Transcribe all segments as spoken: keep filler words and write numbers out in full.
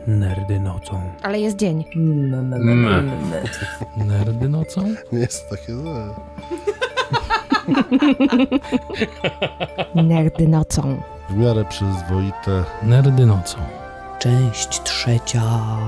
Nerdy nocą. Ale jest dzień. No, no, no, no, no. Nerdy nocą? Nie jest takie złe. Nerdy nocą. W miarę przyzwoite. Nerdy nocą. Część trzecia.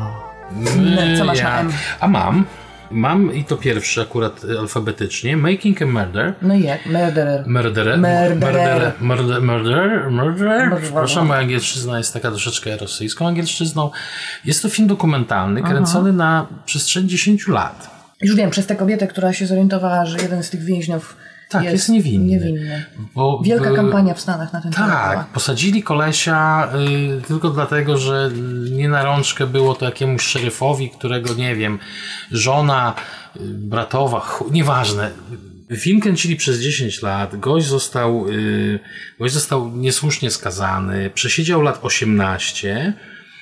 No, co masz ja. na M? A mam. Mam i to pierwsze akurat alfabetycznie. Making a Murder. No i jak? Murderer. Murderer. Murderer. Murderer. Murderer. Murderer. Przepraszam, moja angielszczyzna jest taka troszeczkę rosyjską angielszczyzną. Jest to film dokumentalny, kręcony Aha. na przestrzeni dziesięciu lat. Już wiem, przez tę kobietę, która się zorientowała, że jeden z tych więźniów Tak, jest, jest niewinny. niewinny. Bo, Wielka bo, kampania w Stanach na ten temat. Tak, posadzili kolesia y, tylko dlatego, że nie na rączkę było to jakiemuś szeryfowi, którego, nie wiem, żona, y, bratowa, ch... nieważne. Film kręcili przez dziesięć lat, gość został, y, gość został niesłusznie skazany, przesiedział lat osiemnaście.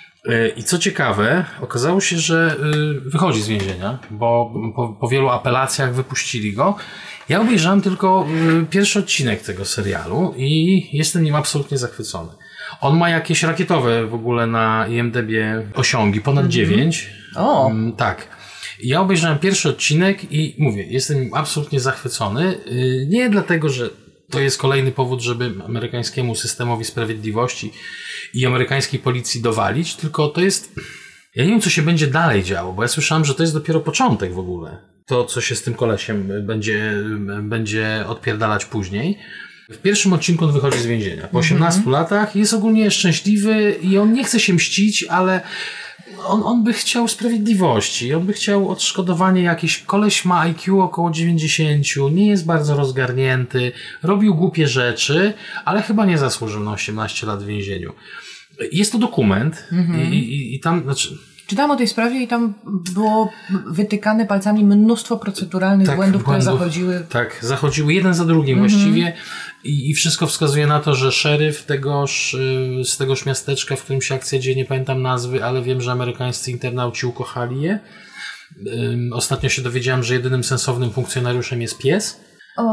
I co ciekawe, okazało się, że wychodzi z więzienia, bo po, po wielu apelacjach wypuścili go. Ja obejrzałem tylko pierwszy odcinek tego serialu i jestem nim absolutnie zachwycony. On ma jakieś rakietowe w ogóle na I M D B osiągi, ponad mm-hmm. dziewięć. O! Um, tak. Ja obejrzałem pierwszy odcinek i mówię, jestem nim absolutnie zachwycony. Nie dlatego, że to jest kolejny powód, żeby amerykańskiemu systemowi sprawiedliwości i amerykańskiej policji dowalić, tylko to jest... Ja nie wiem, co się będzie dalej działo, bo ja słyszałem, że to jest dopiero początek w ogóle. To, co się z tym kolesiem będzie, będzie odpierdalać później. W pierwszym odcinku on wychodzi z więzienia. Po osiemnastu mm-hmm. latach jest ogólnie szczęśliwy i on nie chce się mścić, ale... On, on by chciał sprawiedliwości, on by chciał odszkodowanie jakieś. Koleś ma I Q około dziewięćdziesiąt, nie jest bardzo rozgarnięty, robił głupie rzeczy, ale chyba nie zasłużył na osiemnaście lat w więzieniu. Jest to dokument mm-hmm. i, i, i tam, znaczy... Czytałam o tej sprawie i tam było wytykane palcami mnóstwo proceduralnych tak, błędów, które błędów, zachodziły. Tak, zachodziły jeden za drugim mm-hmm. właściwie i, i wszystko wskazuje na to, że szeryf tegoż, z tegoż miasteczka, w którym się akcja dzieje, nie pamiętam nazwy, ale wiem, że amerykańscy internauci ukochali je. Ostatnio się dowiedziałem, że jedynym sensownym funkcjonariuszem jest pies. O.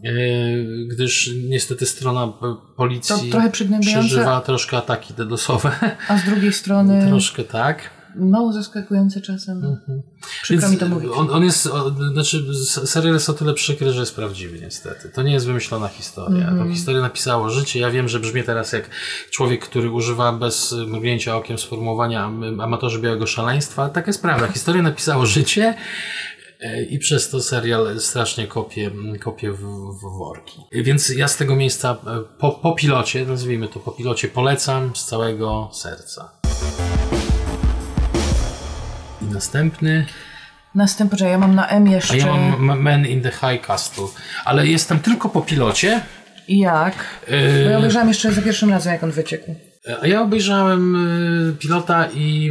Gdyż niestety strona policji to trochę przygnębiające. Przeżywa troszkę ataki dedosowe. A z drugiej strony... Troszkę tak. Mało zaskakujące czasem. Mm-hmm. Przykro mi to mówić. On, on jest, on, znaczy serial jest o tyle przykry, że jest prawdziwy niestety. To nie jest wymyślona historia. Mm-hmm. Tą historię napisało życie. Ja wiem, że brzmi teraz jak człowiek, który używa bez mrugnięcia okiem sformułowania amatorzy białego szaleństwa, ale tak jest prawda. Historię napisało życie. I przez to serial strasznie kopie, kopie w, w worki. Więc ja z tego miejsca po, po pilocie, nazwijmy to po pilocie, polecam z całego serca. I następny... Następny, że ja mam na M jeszcze... A ja mam Man in the High Castle. Ale jestem tylko po pilocie. I jak? Bo ja obejrzałem jeszcze za pierwszym razem, jak on wyciekł. A ja obejrzałem pilota i...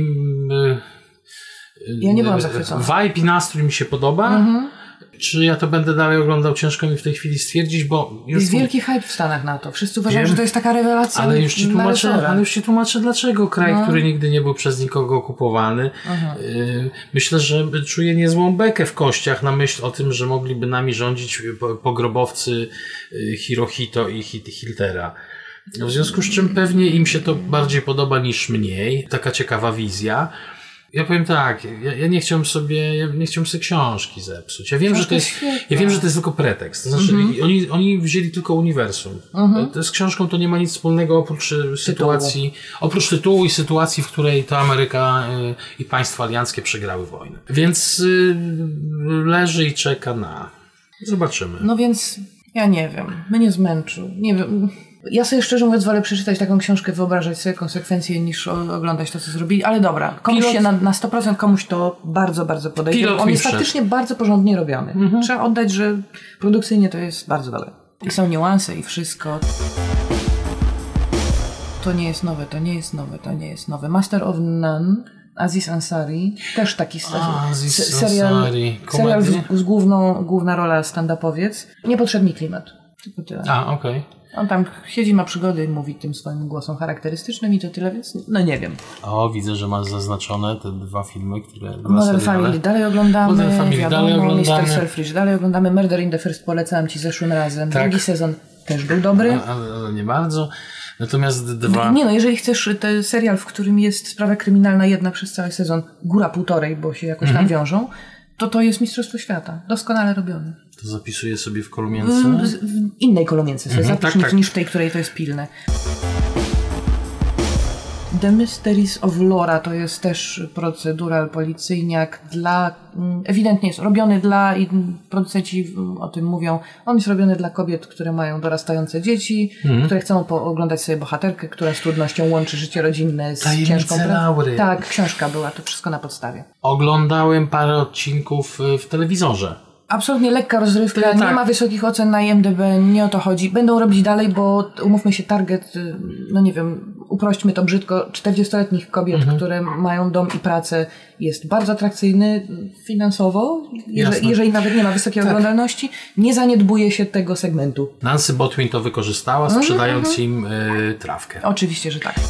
Ja nie byłam zachwycona. Vibe i nastrój mi się podoba. Mhm. Czy ja to będę dalej oglądał? Ciężko mi w tej chwili stwierdzić, bo... Jest wielki hype w Stanach na to. Wszyscy uważają, wiem, że to jest taka rewelacja. Ale już ci tłumaczę, ale już ci tłumaczę dlaczego. Kraj, no. który nigdy nie był przez nikogo okupowany. Yy, myślę, że czuję niezłą bekę w kościach na myśl o tym, że mogliby nami rządzić pogrobowcy Hirohito i Hiltera. W związku z czym pewnie im się to bardziej podoba niż mniej. Taka ciekawa wizja. Ja powiem tak, ja, ja nie chciałem sobie, ja nie chciałem sobie książki zepsuć. Ja wiem, że to jest, ja wiem, że to jest tylko pretekst. To znaczy, mm-hmm. oni, oni wzięli tylko uniwersum. Mm-hmm. To z książką to nie ma nic wspólnego oprócz tytułu. sytuacji, oprócz tytułu i sytuacji, w której to Ameryka y, i państwa alianckie przegrały wojnę. Więc y, leży i czeka na... Zobaczymy. No więc, ja nie wiem. Mnie zmęczył. Nie wiem... Ja sobie szczerze mówiąc wolę przeczytać taką książkę, wyobrażać sobie konsekwencje niż oglądać to, co zrobili, ale dobra, komuś Pilot... się na, na sto procent komuś to bardzo, bardzo podejdzie. Pilot On jest faktycznie bardzo porządnie robiony. Mhm. Trzeba oddać, że produkcyjnie to jest bardzo dobre. I są niuanse i wszystko. To nie jest nowe, to nie jest nowe, to nie jest nowe. Master of None, Aziz Ansari, też taki A, Aziz se- serial, Ansari. serial z, z główną, główna rola stand-upowiec. Nie podszedł mi klimat. Tylko tyle. A, okej. Okay. On tam siedzi, ma przygody, mówi tym swoim głosem charakterystycznym i to tyle, więc no nie wiem. O, widzę, że masz zaznaczone te dwa filmy, które... Modern Family dalej oglądamy, Modern Family wiadomo, dalej oglądamy. mister Selfridge dalej oglądamy, Murder in the First polecałem ci zeszłym razem. Tak. Drugi sezon też był dobry. Ale, ale nie bardzo. Natomiast dwa... Nie no, jeżeli chcesz ten serial, w którym jest sprawa kryminalna jedna przez cały sezon, góra półtorej, bo się jakoś mhm. tam wiążą, to to jest Mistrzostwo Świata. Doskonale robione. To zapisuję sobie w kolumience. W, w innej kolumience sobie mhm, zapisz tak, tak. niż w tej, której to jest pilne. The Mysteries of Laura to jest też procedural policyjniak dla, ewidentnie jest robiony dla, i producenci o tym mówią, on jest robiony dla kobiet, które mają dorastające dzieci, mm. które chcą pooglądać sobie bohaterkę, która z trudnością łączy życie rodzinne z Tajemnice ciężką pracą. Laury. Tak, książka była, to wszystko na podstawie. Oglądałem parę odcinków w telewizorze. Absolutnie lekka rozrywka, tak. nie ma wysokich ocen na I M D B, nie o to chodzi. Będą robić dalej, bo umówmy się, target, no nie wiem, uprośćmy to brzydko, czterdziestoletnich kobiet, mhm. które mają dom i pracę, jest bardzo atrakcyjny finansowo, jeżeli, jeżeli nawet nie ma wysokiej tak. oglądalności, nie zaniedbuje się tego segmentu. Nancy Botwin to wykorzystała, sprzedając mhm. im y, trawkę. Oczywiście, że tak.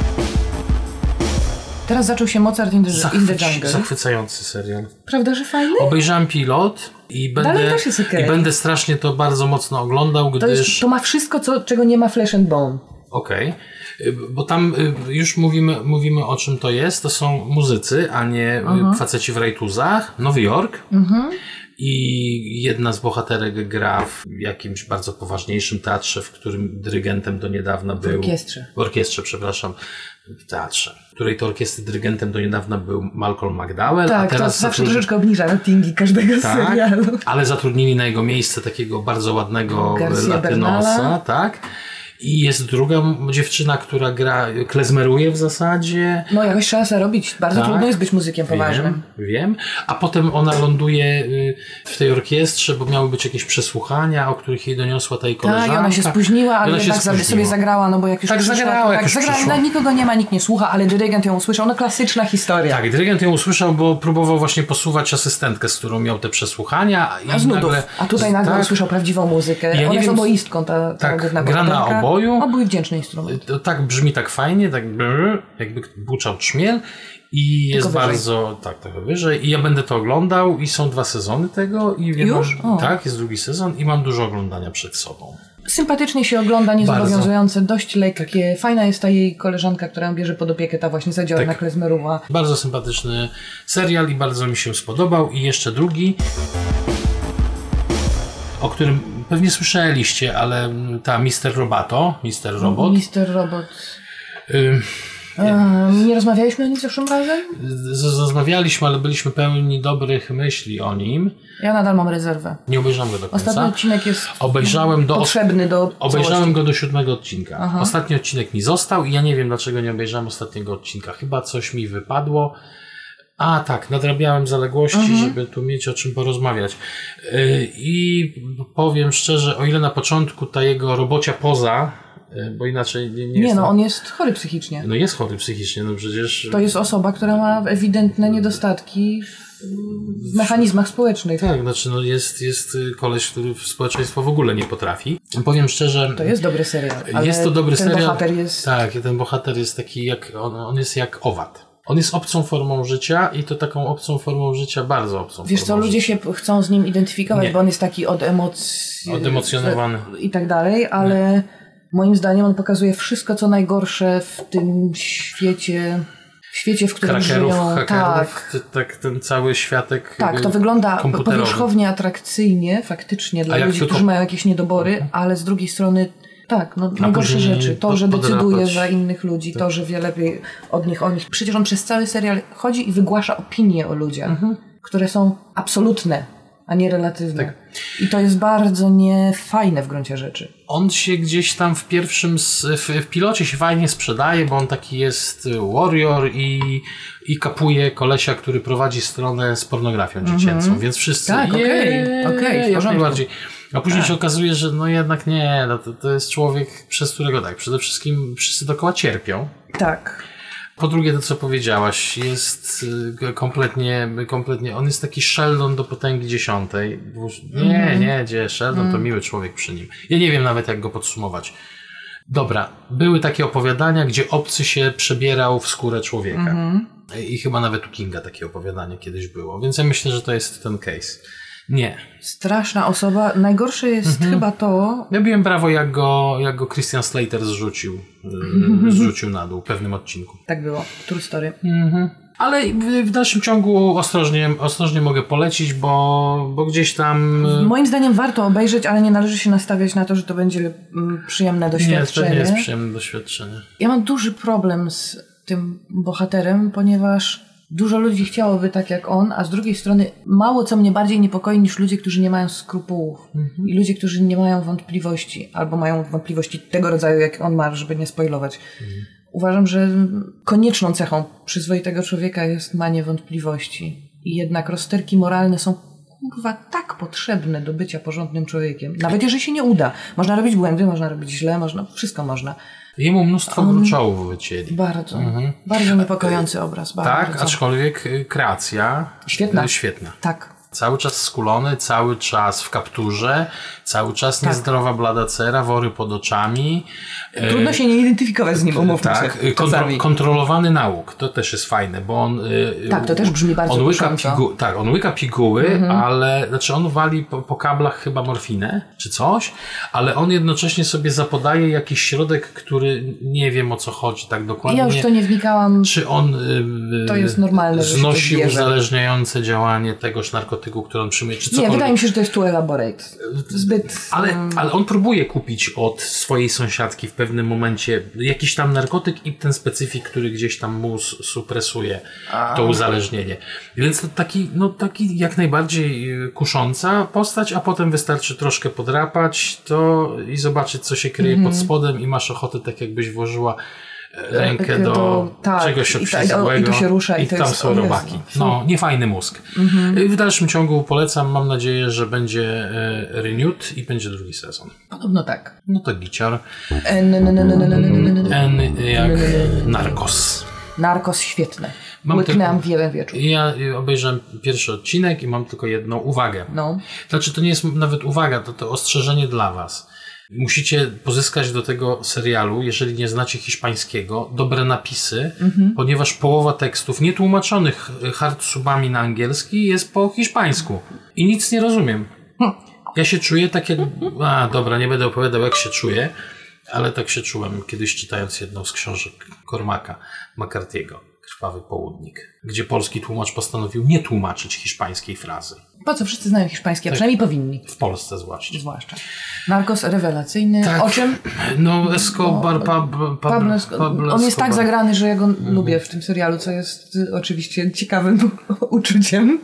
Teraz zaczął się Mozart in the, Zachwy- in the Jungle. Zachwycający serial. Prawda, że fajny? Obejrzałem pilot i będę, też jest okay. i będę strasznie to bardzo mocno oglądał, gdyż... To, jest, to ma wszystko, co, czego nie ma Flesh and Bone. Okej. Okay. Bo tam już mówimy, mówimy o czym to jest. To są muzycy, a nie uh-huh. faceci w rajtuzach. Nowy Jork. Uh-huh. I jedna z bohaterek gra w jakimś bardzo poważniejszym teatrze, w którym dyrygentem do niedawna był... W orkiestrze. W orkiestrze, przepraszam. W teatrze. W której to orkiestry dyrygentem do niedawna był Malcolm McDowell. Tak, a teraz to zawsze zatrudni... troszeczkę obniża ratingi każdego tak, serialu. Ale zatrudnili na jego miejsce takiego bardzo ładnego Garcia latynosa. Bernala. Tak. I jest druga dziewczyna, która gra, klezmeruje w zasadzie. No jakoś trzeba sobie robić. Bardzo tak, trudno jest być muzykiem poważnym. Wiem, wiem. A potem ona ląduje w tej orkiestrze, bo miały być jakieś przesłuchania, o których jej doniosła ta jej koleżanka. Tak, i ona się spóźniła, ale tak spóźniła. sobie zagrała, no bo jak już tak przyszła, zagrała, jak tak już zagrała, przyszła. Nikogo nie ma, nikt nie słucha, ale dyrygent ją usłyszał. No klasyczna historia. Tak, dyrygent ją usłyszał, bo próbował właśnie posuwać asystentkę, z którą miał te przesłuchania. A z nudów. Nagle, a tutaj nagle tak, usłyszał prawdziwą muzykę. Ja ona jest oboistką, ta, ta tak, główna gra na oboju. Obój wdzięczny instrument. To tak brzmi tak fajnie, tak brrr, jakby buczał trzmiel i jest wyżej. bardzo, tak, trochę wyżej i ja będę to oglądał i są dwa sezony tego i wiem, już? Mam, tak, jest drugi sezon i mam dużo oglądania przed sobą. Sympatycznie się ogląda, niezobowiązujące, dość lekkie. Fajna jest ta jej koleżanka, która ją bierze pod opiekę, ta właśnie zadziorna tak. klezmerowa. Bardzo sympatyczny serial i bardzo mi się spodobał. I jeszcze drugi, o którym pewnie słyszeliście, ale ta mister Roboto, mister Robot. mister Robot. Y- Nie rozmawialiśmy o nim zeszłym razem? Rozmawialiśmy, ale byliśmy pełni dobrych myśli o nim. Ja nadal mam rezerwę. Nie obejrzałem go do końca. Ostatni odcinek jest obejrzałem do, potrzebny do Obejrzałem całości. go do siódmego odcinka. Aha. Ostatni odcinek mi został i ja nie wiem, dlaczego nie obejrzałem ostatniego odcinka. Chyba coś mi wypadło. A tak, nadrabiałem zaległości, mhm. żeby tu mieć o czym porozmawiać. Yy, I powiem szczerze, o ile na początku ta jego robocia poza, bo inaczej nie, nie, nie jest... no, on jest chory psychicznie. No jest chory psychicznie, no przecież... To jest osoba, która ma ewidentne niedostatki w mechanizmach społecznych. Tak, znaczy no jest, jest koleś, który społeczeństwo w ogóle nie potrafi. Powiem szczerze... To jest dobry serial. Ale jest to dobry ten serial. bohater jest... Tak, ten bohater jest taki jak... On, on jest jak owad. On jest obcą formą życia i to taką obcą formą życia, bardzo obcą Wiesz formą co, ludzie życia. się chcą z nim identyfikować, Nie. bo on jest taki od emocji... Odemocjonowany. I tak dalej, ale... Nie. Moim zdaniem on pokazuje wszystko, co najgorsze w tym świecie, w świecie, w którym Krakerów, żyją. hakerów, Tak. t- tak, ten cały światek Tak, to wygląda komputerowy. powierzchownie atrakcyjnie, faktycznie dla A jak ludzi, tylko- którzy mają jakieś niedobory, ale z drugiej strony tak, no najgorsze później rzeczy. To, pod- że decyduje podrapać. za innych ludzi, to, że wie lepiej od nich o nich. Przecież on przez cały serial chodzi i wygłasza opinie o ludziach, Mhm. które są absolutne, a nie relatywne. Tak. I to jest bardzo niefajne w gruncie rzeczy. On się gdzieś tam w pierwszym, s- w, w pilocie się fajnie sprzedaje, bo on taki jest warrior i, i kapuje kolesia, który prowadzi stronę z pornografią dziecięcą, Mhm. więc wszyscy Tak, okej, jej, okej, w jak porządku. najbardziej. A później Tak. się okazuje, że no jednak nie, no to, to jest człowiek, przez którego tak, przede wszystkim wszyscy dookoła cierpią. Tak. Po drugie, to co powiedziałaś, jest y, kompletnie, kompletnie, on jest taki Sheldon do potęgi dziesiątej. Nie, Mhm. nie, gdzie Sheldon to miły człowiek przy nim. Ja nie wiem nawet, jak go podsumować. Dobra, były takie opowiadania, gdzie obcy się przebierał w skórę człowieka. Mhm. I chyba nawet u Kinga takie opowiadanie kiedyś było, więc ja myślę, że to jest ten case. Nie. Straszna osoba. Najgorsze jest mhm. chyba to... Ja biłem brawo, jak go, jak go Christian Slater zrzucił, yy, zrzucił na dół w pewnym odcinku. Tak było. True story. Mhm. Ale w, w dalszym ciągu ostrożnie, ostrożnie mogę polecić, bo, bo gdzieś tam... Moim zdaniem warto obejrzeć, ale nie należy się nastawiać na to, że to będzie mm, przyjemne doświadczenie. Nie, to nie jest przyjemne doświadczenie. Ja mam duży problem z tym bohaterem, ponieważ dużo ludzi chciałoby tak jak on, a z drugiej strony mało co mnie bardziej niepokoi niż ludzie, którzy nie mają skrupułów. Mhm. I ludzie, którzy nie mają wątpliwości, albo mają wątpliwości tego rodzaju, jak on ma, żeby nie spoilować. Mhm. Uważam, że konieczną cechą przyzwoitego człowieka jest manie wątpliwości. I jednak rozterki moralne są kurwa tak potrzebne do bycia porządnym człowiekiem. Nawet jeżeli się nie uda. Można robić błędy, można robić źle, można, wszystko można. Jemu mnóstwo On... gruczołów wycięli. Bardzo. Mhm. Bardzo niepokojący obraz. Bardzo. Tak, aczkolwiek kreacja świetna. Świetna. Tak. Cały czas skulony, cały czas w kapturze, cały czas tak. Niezdrowa blada cera, wory pod oczami. Trudno się nie identyfikować z nim, umówmy tak, się. Kontro- kontrolowany nauk, to też jest fajne, bo on... Tak, to też brzmi bardzo on łyka pigu- Tak, on łyka piguły, mhm. ale... Znaczy on wali po, po kablach chyba morfinę, czy coś, ale on jednocześnie sobie zapodaje jakiś środek, który nie wiem o co chodzi tak dokładnie. Ja już to nie wnikałam. Czy on to jest normalne, znosi uzależniające działanie tegoż narkotyku, który on przyjmuje, czy cokolwiek. Nie, wydaje mi się, że to jest too elaborate. Zbyt... Ale, ale on próbuje kupić od swojej sąsiadki w pewnym momencie jakiś tam narkotyk i ten specyfik, który gdzieś tam mu supresuje a. to uzależnienie. Więc to taki, no taki jak najbardziej kusząca postać, a potem wystarczy troszkę podrapać to i zobaczyć, co się kryje mm-hmm. pod spodem i masz ochotę, tak jakbyś włożyła rękę do, do tak, czegoś obślizgłego i, i to się rusza i, i to tam jest, są robaki. No, niefajny mózg. Mm-hmm. W dalszym ciągu polecam, mam nadzieję, że będzie e, renewed i będzie drugi sezon. Podobno tak. No to gicior. N N jak Narcos. Narcos świetne. Mam Łyknęłam w jeden wieczór. Ja obejrzałem pierwszy odcinek i mam tylko jedną uwagę. No. Znaczy to nie jest nawet uwaga, to to ostrzeżenie dla was. Musicie pozyskać do tego serialu, jeżeli nie znacie hiszpańskiego, dobre napisy, mhm. ponieważ połowa tekstów nietłumaczonych hard subami na angielski jest po hiszpańsku. I nic nie rozumiem. Ja się czuję tak jak... A, dobra, nie będę opowiadał jak się czuję, ale tak się czułem kiedyś czytając jedną z książek Cormaca McCarthy'ego, Krwawy Południk, gdzie polski tłumacz postanowił nie tłumaczyć hiszpańskiej frazy. Po co wszyscy znają hiszpańskie, a tak, przynajmniej powinni. W Polsce zwłaszcza. Zwłaszcza. Narcos rewelacyjny. Tak. O czym? No, Escobar, Pablo, Pablo, Pablo On jest tak zagrany, że ja go mm. lubię w tym serialu, co jest oczywiście ciekawym uczuciem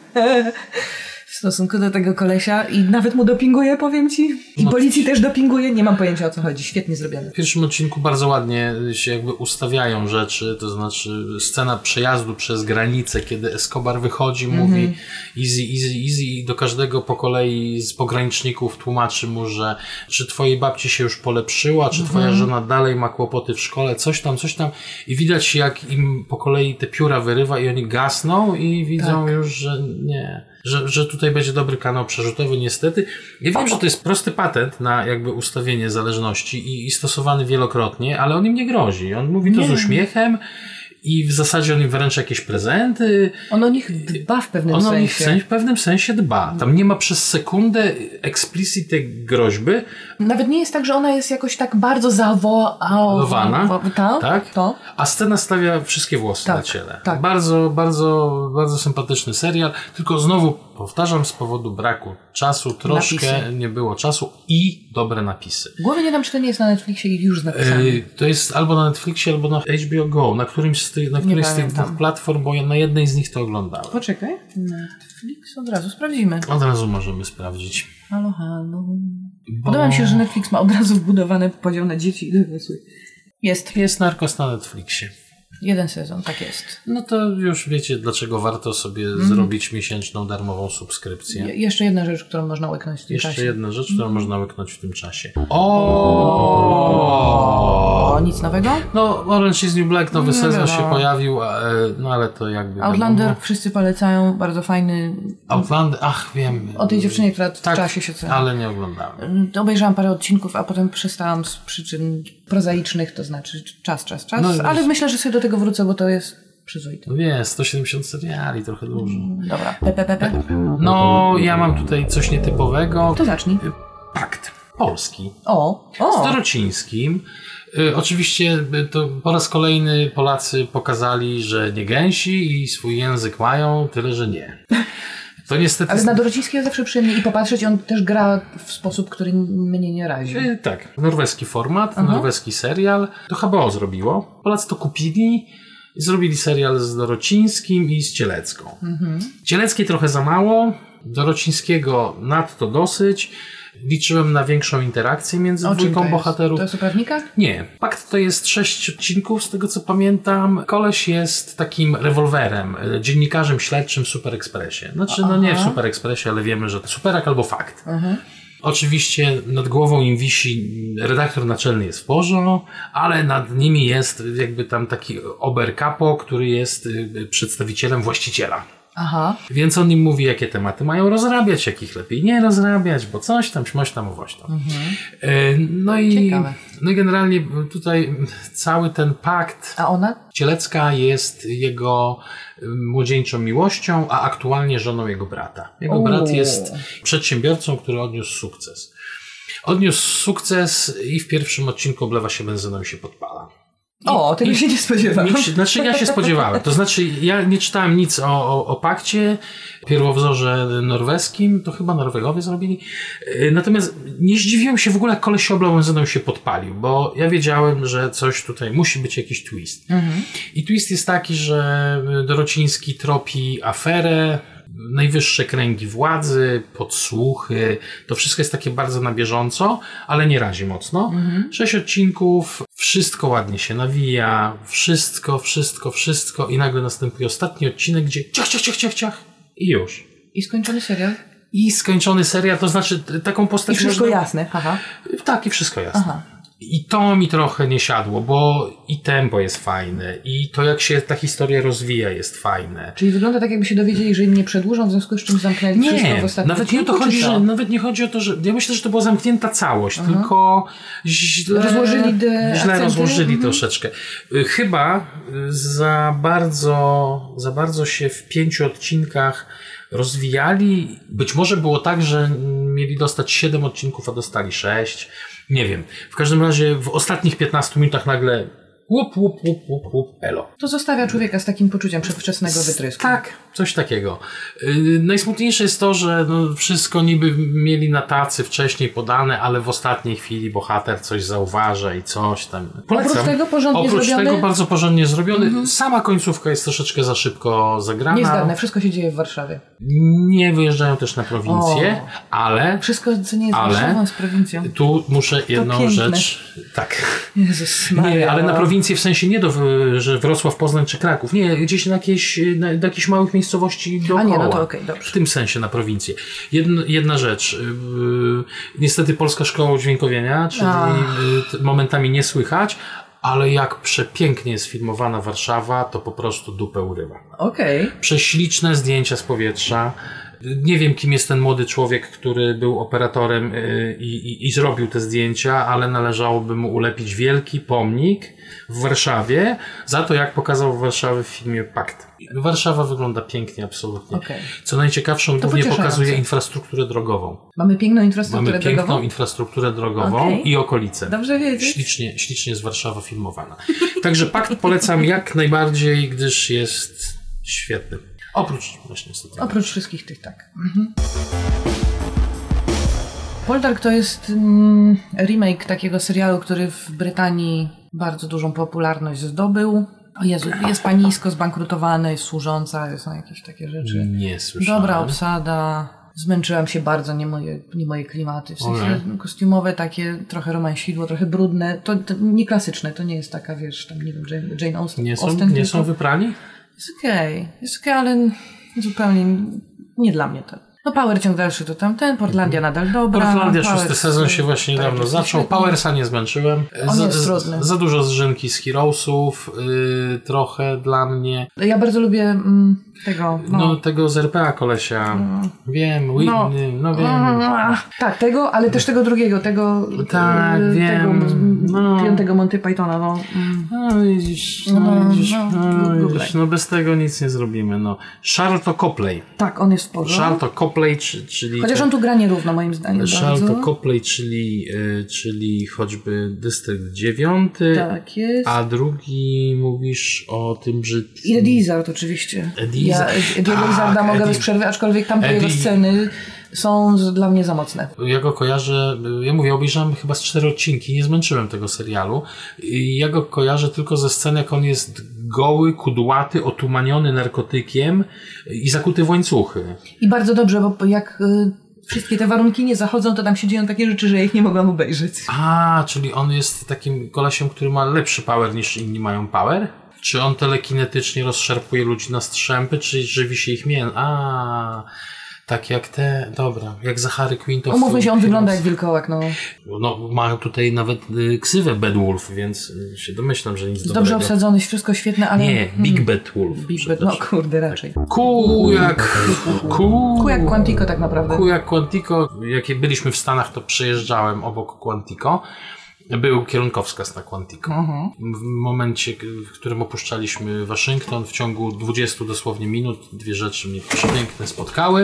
w stosunku do tego kolesia i nawet mu dopinguje, powiem ci. I no, policji też dopinguje, nie mam pojęcia o co chodzi. Świetnie zrobione. W pierwszym odcinku bardzo ładnie się jakby ustawiają rzeczy, to znaczy scena przejazdu przez granicę, kiedy Escobar wychodzi, mm-hmm. mówi easy, easy, easy i do każdego po kolei z pograniczników tłumaczy mu, że czy twojej babci się już polepszyła, czy mm-hmm. twoja żona dalej ma kłopoty w szkole, coś tam, coś tam i widać jak im po kolei te pióra wyrywa i oni gasną i widzą tak. już, że nie... Że, że tutaj będzie dobry kanał przerzutowy, niestety. Ja wiem, że to jest prosty patent na jakby ustawienie zależności i, i stosowany wielokrotnie, ale on im nie grozi. On mówi to nie. z uśmiechem i w zasadzie on im wręcza jakieś prezenty. On o nich dba w pewnym on sensie. On o nich w, sensie, w pewnym sensie dba. Tam nie ma przez sekundę explicite groźby. Nawet nie jest tak, że ona jest jakoś tak bardzo zawołana. Tak? tak? To? A scena stawia wszystkie włosy tak, na ciele. Tak. Bardzo, bardzo, bardzo sympatyczny serial. Tylko znowu powtarzam, z powodu braku czasu, troszkę napisy. Nie było czasu i dobre napisy. Głowy nie dam, czy to nie jest na Netflixie i już napisane. Yy, to jest albo na Netflixie, albo na H B O Go, na którymś z tych, na którymś z tych dwóch platform, bo ja na jednej z nich to oglądałem. Poczekaj. Netflix od razu sprawdzimy. Od razu możemy sprawdzić. Halo, halo. Bo... Podoba mi się, że Netflix ma od razu wbudowany podział na dzieci i dorosłych. Jest. Jest Narcos na Netflixie. Jeden sezon, tak jest. No to już wiecie, dlaczego warto sobie mm. zrobić miesięczną darmową subskrypcję. Je- jeszcze jedna rzecz, którą można łyknąć w tym jeszcze czasie. Jeszcze jedna rzecz, którą mm. można łyknąć w tym czasie. O, nic nowego? No, Orange is New Black, nowy nie sezon no. się pojawił, no ale to jakby... Outlander wiadomo. Wszyscy polecają, bardzo fajny... Outlander, ach wiem. O tej dziewczynie, która w tak, czasie się... Co... ale nie oglądałem. Obejrzałam parę odcinków, a potem przestałam z przyczyn prozaicznych, to znaczy czas, czas, czas. No, ale myślę, że sobie do tego wrócę, bo to jest przyzwoity. No wie, sto siedemdziesiąt seriali, trochę dużo. Dobra, Pepe, Pepe. No, ja mam tutaj coś nietypowego. To zacznij. Pakt polski. O, Z o. Dorocińskim. Y, oczywiście y, to po raz kolejny Polacy pokazali, że nie gęsi i swój język mają, tyle że nie. To niestety... Ale na Dorocińskiego zawsze przyjemnie i popatrzeć, on też gra w sposób, który mnie nie razi. Y, tak, norweski format, Aha. norweski serial. To H B O zrobiło. Polacy to kupili. Zrobili serial z Dorocińskim i z Cielecką. Mhm. Cieleckiej trochę za mało, Dorocińskiego nadto dosyć. Liczyłem na większą interakcję między O czym dwójką to jest? bohaterów. To jest o prawnikach? Nie. Pakt to jest sześć odcinków, z tego co pamiętam. Koleś jest takim rewolwerem, e, dziennikarzem śledczym w Super Expressie. Znaczy, no nie w Aha. Super Expressie, ale wiemy, że to Superak albo Fakt. Mhm. Oczywiście nad głową im wisi redaktor naczelny jest w porządku, ale nad nimi jest jakby tam taki oberkapo, który jest y, przedstawicielem właściciela. Aha. Więc on im mówi, jakie tematy mają rozrabiać, jakich lepiej nie rozrabiać, bo coś tam, śmoś tam, owoś tam. Mhm. Y, No i, Ciekawe. no i generalnie tutaj cały ten pakt A ona? Cielecka jest jego y, młodzieńczą miłością, a aktualnie żoną jego brata. Jego O. brat jest przedsiębiorcą, który odniósł sukces. Odniósł sukces i w pierwszym odcinku oblewa się benzyną i się podpala. I, O, tego i, się nie spodziewałam. mi się, znaczy ja się spodziewałem. To znaczy ja nie czytałem nic o, o, o pakcie, pierwowzorze norweskim, to chyba Norwegowie zrobili. Yy, Natomiast nie zdziwiłem się w ogóle, jak koleś się oblał benzyną i się podpalił, bo ja wiedziałem, że coś tutaj musi być jakiś twist. Mhm. I twist jest taki, że Dorociński tropi aferę, najwyższe kręgi władzy, podsłuchy, to wszystko jest takie bardzo na bieżąco, ale nie razi mocno. Mhm. Sześć odcinków, wszystko ładnie się nawija, wszystko, wszystko, wszystko i nagle następuje ostatni odcinek, gdzie ciach, ciach, ciach, ciach, ciach i już. I skończony serial? I skończony serial, to znaczy t- taką postać I wszystko można... jasne, haha. Tak, i wszystko jasne. Aha. I to mi trochę nie siadło, bo i tempo jest fajne, i to jak się ta historia rozwija jest fajne. Czyli wygląda tak, jakby się dowiedzieli, że im nie przedłużą, w związku z czym zamknęli wszystko Nie, w ostatnim nawet nie o to odcinku, chodzi, czy co? że nawet nie chodzi o to, że ja myślę, że to była zamknięta całość, Aha. tylko źle Rozłożyli te źle akcenty? rozłożyli Mhm. troszeczkę. Y, Chyba y, za bardzo za bardzo się w pięciu odcinkach rozwijali. Być może było tak, że mieli dostać siedem odcinków, a dostali sześć. Nie wiem. W każdym razie w ostatnich piętnastu minutach nagle łup, łup, łup, łup, łup, elo. To zostawia człowieka z takim poczuciem przedwczesnego wytrysku. Tak, coś takiego. Yy, najsmutniejsze jest to, że no, wszystko niby mieli na tacy wcześniej podane, ale w ostatniej chwili bohater coś zauważa i coś tam. Polecam. Oprócz tego porządnie Oprócz zrobiony? tego bardzo porządnie zrobiony. Mhm. Sama końcówka jest troszeczkę za szybko zagrana. Nie zgadnę, wszystko się dzieje w Warszawie. Nie wyjeżdżają też na prowincję, O. ale Wszystko, co nie jest Ale- Warszawą, z prowincją. tu muszę jedną piękne. rzecz... Tak. Jezus Maria. Nie, ale na prowincję w sensie nie do, że Wrocław, Poznań czy Kraków. Nie, gdzieś na jakieś, na, do jakichś małych miejscowości dookoła. A nie, no to okej, W dobrze. tym sensie na prowincję. Jedna, jedna rzecz. Yy, niestety Polska Szkoła Udźwiękowienia, czyli Ach. yy, t- momentami nie słychać, ale jak przepięknie jest filmowana Warszawa, to po prostu dupę urywa. Okej. Prześliczne zdjęcia z powietrza. Nie wiem, kim jest ten młody człowiek, który był operatorem yy, i, i, i zrobił te zdjęcia, ale należałoby mu ulepić wielki pomnik w Warszawie za to, jak pokazał Warszawę w filmie Pakt. Warszawa wygląda pięknie, absolutnie. Okej. Co najciekawszą, głównie pocieszające. pokazuje infrastrukturę drogową. Mamy piękną infrastrukturę Mamy piękną drogową? infrastrukturę drogową Okej. i okolice. Dobrze wiedzieć. Ślicznie, ślicznie jest Warszawa filmowana. Także Pakt polecam jak najbardziej, gdyż jest świetny. Oprócz właśnie niestety. Oprócz wszystkich tych, tak. Mhm. Poldark to jest mm, remake takiego serialu, który w Brytanii bardzo dużą popularność zdobył. O Jezu, jest pani nisko zbankrutowana, jest służąca, są jakieś takie rzeczy. Nie słyszałem. Dobra obsada. Zmęczyłam się bardzo, nie moje, nie moje klimaty. W sensie Okej. kostiumowe, takie trochę romansidło, trochę brudne. To, to nie klasyczne, to nie jest taka, wiesz, tam nie wiem, Jane, Jane Austen. Nie są, Austen nie tylko. są wyprani? Jest okej, jest okej, ale zupełnie nie dla mnie to. No Power ciąg dalszy to tam ten, Portlandia nadal dobra. Portlandia Power, szósty sezon się właśnie tak, niedawno zaczął. świetnie. Powersa nie zmęczyłem. On za, jest trudny. za dużo zżynki z Heroesów, yy, trochę dla mnie. Ja bardzo lubię mm, tego, no. No, tego z R P A kolesia. No. Wiem, Whitney, no, no wiem. Tak, tego, ale też tego drugiego, tego Tak, y, wiem. tego No. piątego Monty Pythona, no. Mm. No widzisz, no, No, widzisz, no, no, Google. widzisz, no bez tego nic nie zrobimy. No. Sharlto Copley. Tak, on jest w porządku. Sharlto Copley, czy, czyli... Chociaż on tu gra nierówno moim zdaniem Sharlto bardzo. Copley, czyli, y, czyli choćby Dystrykt dziewiąty, Tak jest. a drugi mówisz o tym, że... I Eddie Izzard oczywiście. Eddie Ja Izzard. Ediego Tak, Izzarda mogę Eddie- bez przerwy, aczkolwiek tamte Eddie- jego sceny są z, dla mnie za mocne. Ja go kojarzę, ja mówię, obejrzałem chyba z cztery odcinki, nie zmęczyłem tego serialu. I ja go kojarzę tylko ze scen, jak on jest goły, kudłaty, otumaniony narkotykiem i zakuty w łańcuchy. I bardzo dobrze, bo jak y, wszystkie te warunki nie zachodzą, to tam się dzieją takie rzeczy, że ja ich nie mogłam obejrzeć. A, czyli on jest takim kolesiem, który ma lepszy power niż inni mają power? Czy on telekinetycznie rozszarpuje ludzi na strzępy, czy żywi się ich mię? A, tak jak te, dobra, jak Zachary Quinto. Umówmy się, on wygląda jak wilkołak, no. No, ma tutaj nawet y, ksywę Bad Wolf, więc y, się domyślam, że nic Jest dobrego. dobrze obsadzony, wszystko świetne, ale... Nie, Big Bad Wolf. Big Bad, no kurde, raczej. Ku jak... Ku, Ku jak Quantico tak naprawdę. Ku jak Quantico. Jak byliśmy w Stanach, to przejeżdżałem obok Quantico. Był kierunkowskaz na Quantico. Mhm. W momencie, w którym opuszczaliśmy Waszyngton, w ciągu dwudziestu dosłownie minut dwie rzeczy mnie przepiękne spotkały,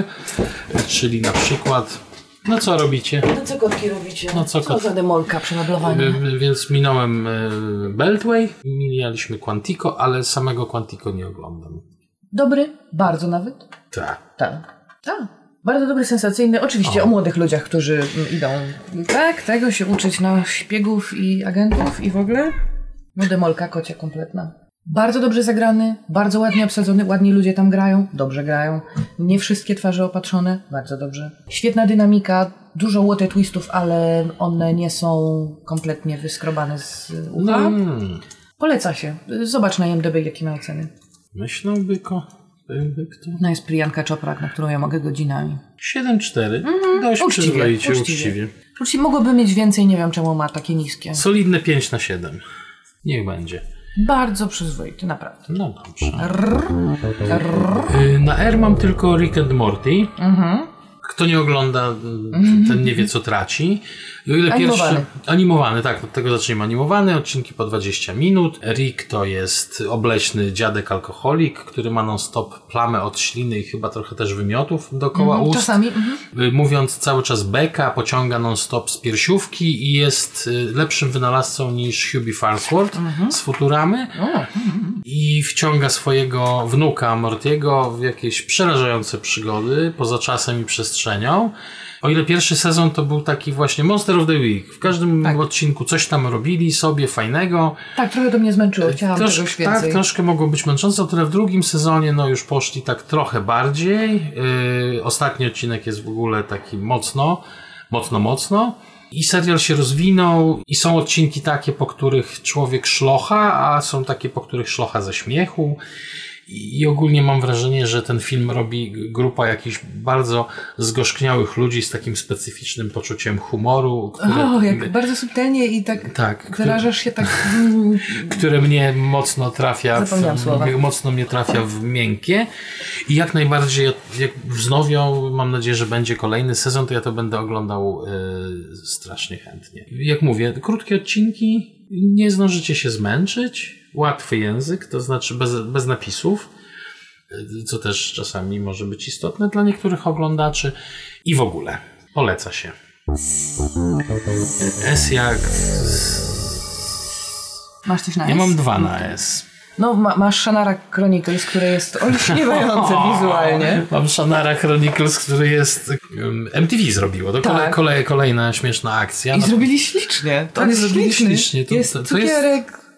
czyli na przykład, no co robicie? No co kotki robicie? No co co kot- za demolka przemeblowanie? Y, Więc minąłem y, Beltway, mijaliśmy Quantico, ale samego Quantico nie oglądam. Dobry, bardzo nawet. Tak. Tak. Tak. Bardzo dobry, sensacyjny. Oczywiście O. o młodych ludziach, którzy mm, idą tak, tego się uczyć na szpiegów i agentów i w ogóle. No demolka kocia kompletna. Bardzo dobrze zagrany, bardzo ładnie obsadzony, ładni ludzie tam grają, dobrze grają. Nie wszystkie twarze opatrzone, bardzo dobrze. Świetna dynamika, dużo łote twistów, ale one nie są kompletnie wyskrobane z ucha. Mm. Poleca się. Zobacz na I M D B, jakie ma oceny. Myślałby ko... Byłby kto? No jest Priyanka Chopra, na którą ja mogę godzinami. siedem cztery. Dość Uczciwie, przyzwoicie, uczciwie. uczciwie. Oczywiście mogłoby mieć więcej, nie wiem czemu ma takie niskie. Solidne pięć na siedem. Niech będzie. Bardzo przyzwoity, naprawdę. No dobrze. Rrr, rrr. Y, Na R mam tylko Rick and Morty. Mhm. Kto nie ogląda, y, ten nie wie co traci. I o ile Animowany. pierwszy... Animowany, tak, od tego zaczniemy. Animowany, odcinki po dwadzieścia minut. Rick to jest obleśny dziadek alkoholik, który ma non-stop plamę od śliny i chyba trochę też wymiotów dookoła Mhm, ust. czasami, mhm. Y, Mówiąc cały czas beka, pociąga non-stop z piersiówki i jest y, lepszym wynalazcą niż Hubie Farnsworth z Futuramy. O, I wciąga swojego wnuka Mortiego w jakieś przerażające przygody poza czasem i przestrzenią. O ile pierwszy sezon to był taki właśnie Monster of the Week. W każdym Tak. odcinku coś tam robili sobie fajnego. tak, trochę to mnie zmęczyło, chciałam Trosz- czegoś więcej. tak, troszkę mogło być męczące, o tyle w drugim sezonie no już poszli tak trochę bardziej. Yy, ostatni odcinek jest w ogóle taki mocno, mocno, mocno. I serial się rozwinął i są odcinki takie, po których człowiek szlocha, a są takie, po których szlocha ze śmiechu. I ogólnie mam wrażenie, że ten film robi grupa jakichś bardzo zgorzkniałych ludzi z takim specyficznym poczuciem humoru. Które, O, jak bardzo subtelnie i tak tak, wyrażasz się tak... które mnie mocno trafia Zapomniałam w, słowa. mocno mnie trafia w miękkie i jak najbardziej jak wznowią, mam nadzieję, że będzie kolejny sezon, to ja to będę oglądał y, strasznie chętnie. Jak mówię, krótkie odcinki, nie zdążycie się zmęczyć, łatwy język, to znaczy bez, bez napisów, y, co też czasami może być istotne dla niektórych oglądaczy i w ogóle poleca się. S jak Masz coś na ja S? mam dwa na S. No, ma, masz Shannara Chronicles, które jest olśniewające wizualnie. Mam Shannara Chronicles, który jest um, M T V zrobiło. To kolej, Tak. kolej, kolejna śmieszna akcja. I No, zrobili ślicznie. To Tak, jest zrobili śliczny. ślicznie. To- jest to- to jest- cukierek,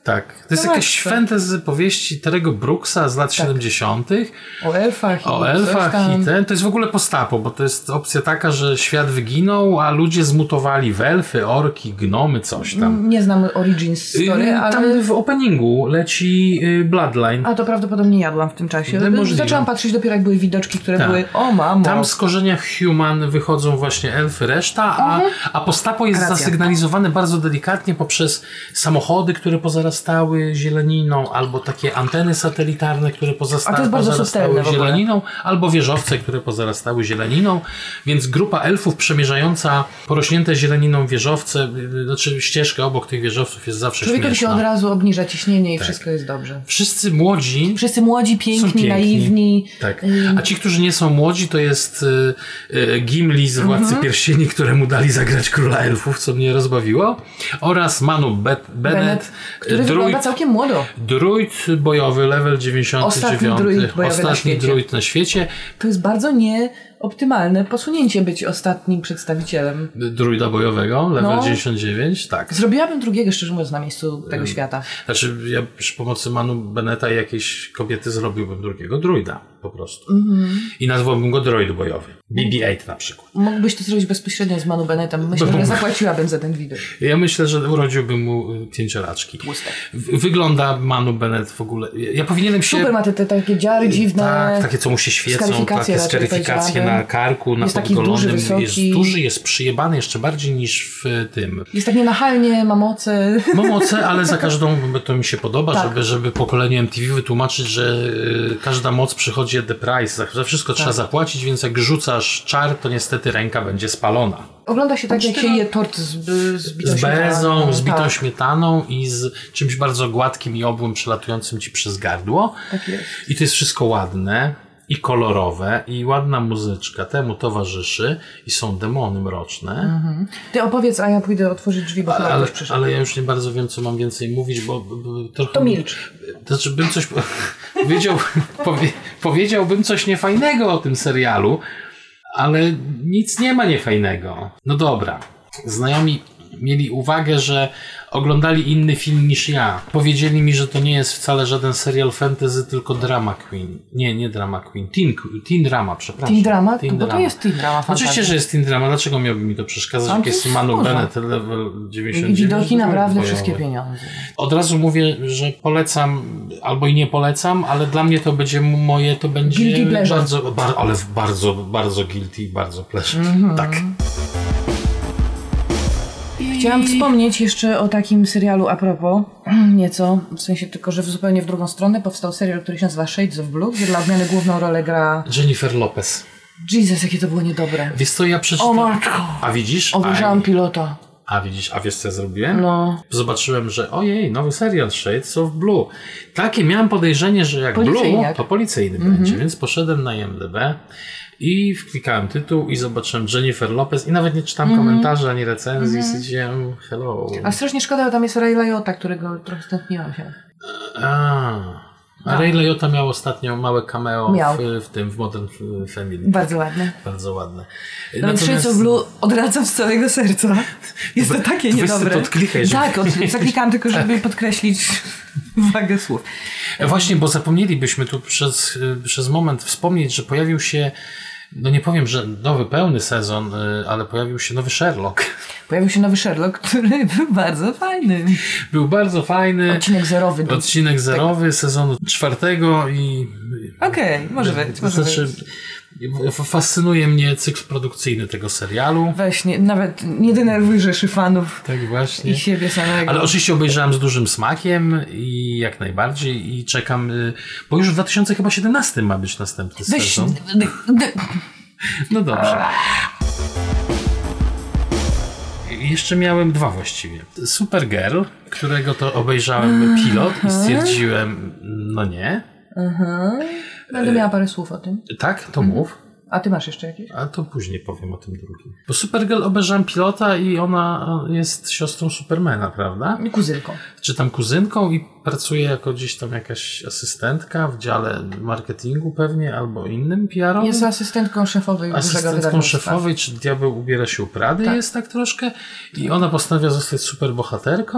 Tak. To jest No jakaś tak. fantasy powieści Terry'ego Brooksa z lat Tak. siedemdziesiątych. O elfach i O coś elfach tam. i ten. To jest w ogóle postapo, bo to jest opcja taka, że świat wyginął, a ludzie zmutowali w elfy, orki, gnomy, coś tam. Nie znam Origins Story, Yy, ale... Tam w openingu leci yy, Bloodline. A to prawdopodobnie jadłam w tym czasie. No, możliwe. Zaczęłam patrzeć dopiero jak były widoczki, które Tak. były o mamo. Tam z korzenia human wychodzą właśnie elfy, reszta, a, a postapo jest Racja. zasygnalizowane bardzo delikatnie poprzez samochody, które pozarastały zieleniną, albo takie anteny satelitarne, które pozasta- A to jest bardzo pozarastały subtelne w ogóle. zieleniną, albo wieżowce, które pozarastały zieleniną, więc grupa elfów przemierzająca porośnięte zieleniną wieżowce, yy, znaczy ścieżka obok tych wieżowców jest zawsze Człowiekowi się śmieszna. od razu obniża ciśnienie i wszystko jest dobrze. Wszyscy młodzi Wszyscy młodzi, piękni, są piękni. naiwni. Tak. Ym, A ci, którzy nie są młodzi, to jest y, y, Gimli z Władcy Mhm. Pierścieni, któremu dali zagrać Króla Elfów, co mnie rozbawiło. Oraz Manu Bet- Bennett, Bennett, który druid, wygląda całkiem młodo. druid bojowy, level dziewięćdziesiąty dziewiąty. Ostatni druid bojowy na Ostatni świecie. druid na świecie. To jest bardzo nieoptymalne posunięcie być ostatnim przedstawicielem. Druida bojowego, level No. dziewięćdziesiąt dziewięć, tak. Zrobiłabym drugiego, szczerze mówiąc, na miejscu tego świata. Znaczy, ja przy pomocy Manu Bennetta i jakiejś kobiety zrobiłbym drugiego druida, po prostu. Mhm. I nazwałbym go droid bojowy. B B osiem na przykład. Mógłbyś to zrobić bezpośrednio z Manu Bennettem. Myślę, że zapłaciłabym za ten widok. Ja myślę, że urodziłbym mu y, pięcioraczki. W- Wygląda Manu Bennett w ogóle. Ja ja powinienem się. Super, ma te, te takie dziary dziwne. Tak, takie co mu się świecą, Skaryfikacje takie raczej skaryfikacje powiedziałabym. na karku, na Jest taki podgolonym. duży, wysoki. Jest duży, jest przyjebany jeszcze bardziej niż w tym. Jest tak nienachalnie, ma moce. Mam moce, ale za każdą to mi się podoba, Tak. żeby, żeby pokoleniu M T V wytłumaczyć, że y, każda moc przychodzi at the price. Za, za wszystko trzeba zapłacić, więc jak rzucasz czar, to niestety ręka będzie spalona. Ogląda się tak, jak się je tort z, z bitą Z bezą, śmietaną. z bitą Tak, śmietaną i z czymś bardzo gładkim i obłym przelatującym ci przez gardło. tak jest. I to jest wszystko ładne i kolorowe i ładna muzyczka temu towarzyszy i są demony mroczne. Ty opowiedz, a ja pójdę otworzyć drzwi, bo chyba Ale, ktoś przyszedł. ale ja już nie bardzo wiem, co mam więcej mówić, bo, bo, bo trochę... To milcz. To znaczy, bym coś powiedział, powie, powiedziałbym coś niefajnego o tym serialu, ale nic nie ma niefajnego. No dobra. Znajomi mieli uwagę, że oglądali inny film niż ja. Powiedzieli mi, że to nie jest wcale żaden serial fantasy, tylko drama queen. Nie, nie drama queen. Teen, teen drama, przepraszam. Teen drama? Teen Bo to drama. jest teen drama. Oczywiście, że jest teen drama. Dlaczego miałby mi to przeszkadzać, Tam jak jest coś Manu dużo. Bennett level dziewięćdziesiąt I dziewięć? widoki naprawdę bojowy. wszystkie pieniądze. Od razu mówię, że polecam albo i nie polecam, ale dla mnie to będzie moje, to będzie Guilty pleasure. bardzo, bar, ale w bardzo, bardzo guilty, bardzo pleasure. Mhm. Tak. Chciałam wspomnieć jeszcze o takim serialu a propos, nieco, w sensie tylko, że w zupełnie w drugą stronę powstał serial, który się nazywa Shades of Blue, gdzie dla odmiany główną rolę gra... Jennifer Lopez. Jesus, jakie to było niedobre. Wiesz co, ja przeczytałem... O matko! A widzisz? Obejrzałam pilota. A, a widzisz, a wiesz co ja zrobiłem? No. Zobaczyłem, że ojej, nowy serial Shades of Blue. Takie miałem podejrzenie, że jak Policyjniak. Blue, to policyjny będzie, więc poszedłem na I M D B i wklikałem tytuł i zobaczyłem Jennifer Lopez i nawet nie czytałem komentarzy ani recenzji, stwierdziłem hello. A strasznie szkoda, bo tam jest Ray Liotta, którego trochę stętniłam się. A, a Ray Liotta miał ostatnio małe cameo Miał. w, w tym, w Modern Family. Bardzo ładne. Bardzo ładne. No więc Shades of Blue odradzam z całego serca. Jest to takie to weź niedobre. sobie podklikaj, żeby- Tak, od, zaklikałam tylko, żeby podkreślić wagę słów. Właśnie, bo zapomnielibyśmy tu przez, y, przez moment wspomnieć, że pojawił się, no nie powiem, że nowy pełny sezon, y, ale pojawił się nowy Sherlock. Pojawił się nowy Sherlock, który był bardzo fajny. Był bardzo fajny. Odcinek zerowy. Odcinek zerowy sezonu czwartego i... Okej, może być, może znaczy, być. f- fascynuje mnie cykl produkcyjny tego serialu. Weź, nie, nawet nie denerwuj rzeszy fanów Tak właśnie. i siebie samego. Ale oczywiście obejrzałem z dużym smakiem i jak najbardziej i czekam, y, bo już w dwa tysiące siedemnastym ma być następny Weź, sezon. d- d- No dobrze. Jeszcze miałem dwa właściwie. Supergirl, którego to obejrzałem pilot i stwierdziłem, no nie. Będę miała parę słów o tym. Tak, to mów. A ty masz jeszcze jakieś? Ale to później powiem o tym drugim. Bo Supergirl obejrzałem pilota i ona jest siostrą Supermana, prawda? Kuzynką. Czy tam kuzynką i pracuje jako gdzieś tam jakaś asystentka w dziale marketingu pewnie, albo innym P R-owym. Jest asystentką szefowej dużego Asystentką wydawnictwa. szefowej, czy diabeł ubiera się u Prady, Tak. jest tak troszkę. I ona postanawia zostać superbohaterką.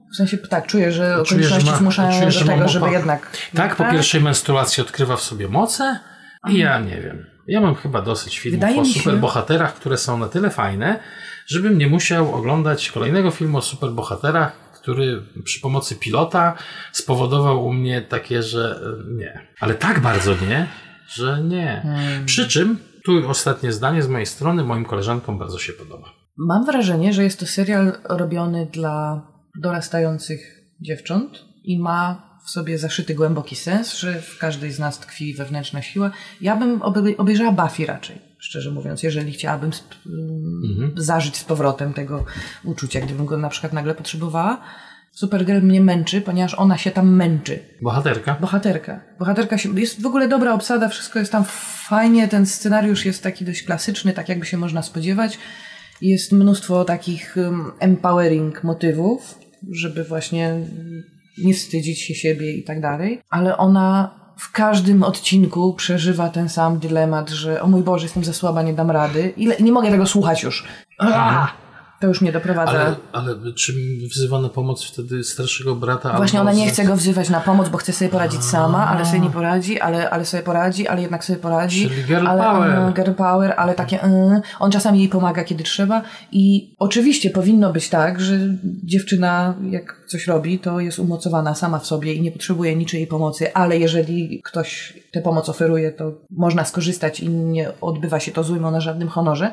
W sensie tak, czuję, że Czuję, okoliczności że ma- zmuszają czuję, do że tego, mam żeby opa- jednak... Tak, po pierwszej menstruacji odkrywa w sobie moce i ja nie wiem. Ja mam chyba dosyć filmów Wydaje o mi się- superbohaterach, które są na tyle fajne, żebym nie musiał oglądać kolejnego filmu o superbohaterach, który przy pomocy pilota spowodował u mnie takie, że e, nie. Ale tak bardzo nie, że nie. Hmm. Przy czym, tu ostatnie zdanie z mojej strony, moim koleżankom bardzo się podoba. Mam wrażenie, że jest to serial robiony dla dorastających dziewcząt i ma w sobie zaszyty głęboki sens, że w każdej z nas tkwi wewnętrzna siła. Ja bym obej- obejrzała Buffy raczej, szczerze mówiąc, jeżeli chciałabym sp- Mhm. zażyć z powrotem tego uczucia, gdybym go na przykład nagle potrzebowała. Supergirl mnie męczy, ponieważ ona się tam męczy. Bohaterka? Bohaterka. Bohaterka się, jest w ogóle dobra obsada, wszystko jest tam fajnie, ten scenariusz jest taki dość klasyczny, tak jakby się można spodziewać. Jest mnóstwo takich um, empowering motywów, żeby właśnie um, nie wstydzić się siebie i tak dalej. Ale ona w każdym odcinku przeżywa ten sam dylemat, że o mój Boże, jestem za słaba, nie dam rady. Ile, nie mogę tego słuchać już. Ah! To już mnie doprowadza. Ale, ale czy wzywa na pomoc wtedy starszego brata? Właśnie albo ona nie z- chce go wzywać na pomoc, bo chce sobie poradzić sama, ale sobie nie poradzi, ale, ale sobie poradzi, ale jednak sobie poradzi. Czyli girl ale, power. a, girl power, ale takie y, on czasami jej pomaga, kiedy trzeba i oczywiście powinno być tak, że dziewczyna jak coś robi, to jest umocowana sama w sobie i nie potrzebuje niczyjej pomocy, ale jeżeli ktoś tę pomoc oferuje, to można skorzystać i nie odbywa się to z ujmą na żadnym honorze.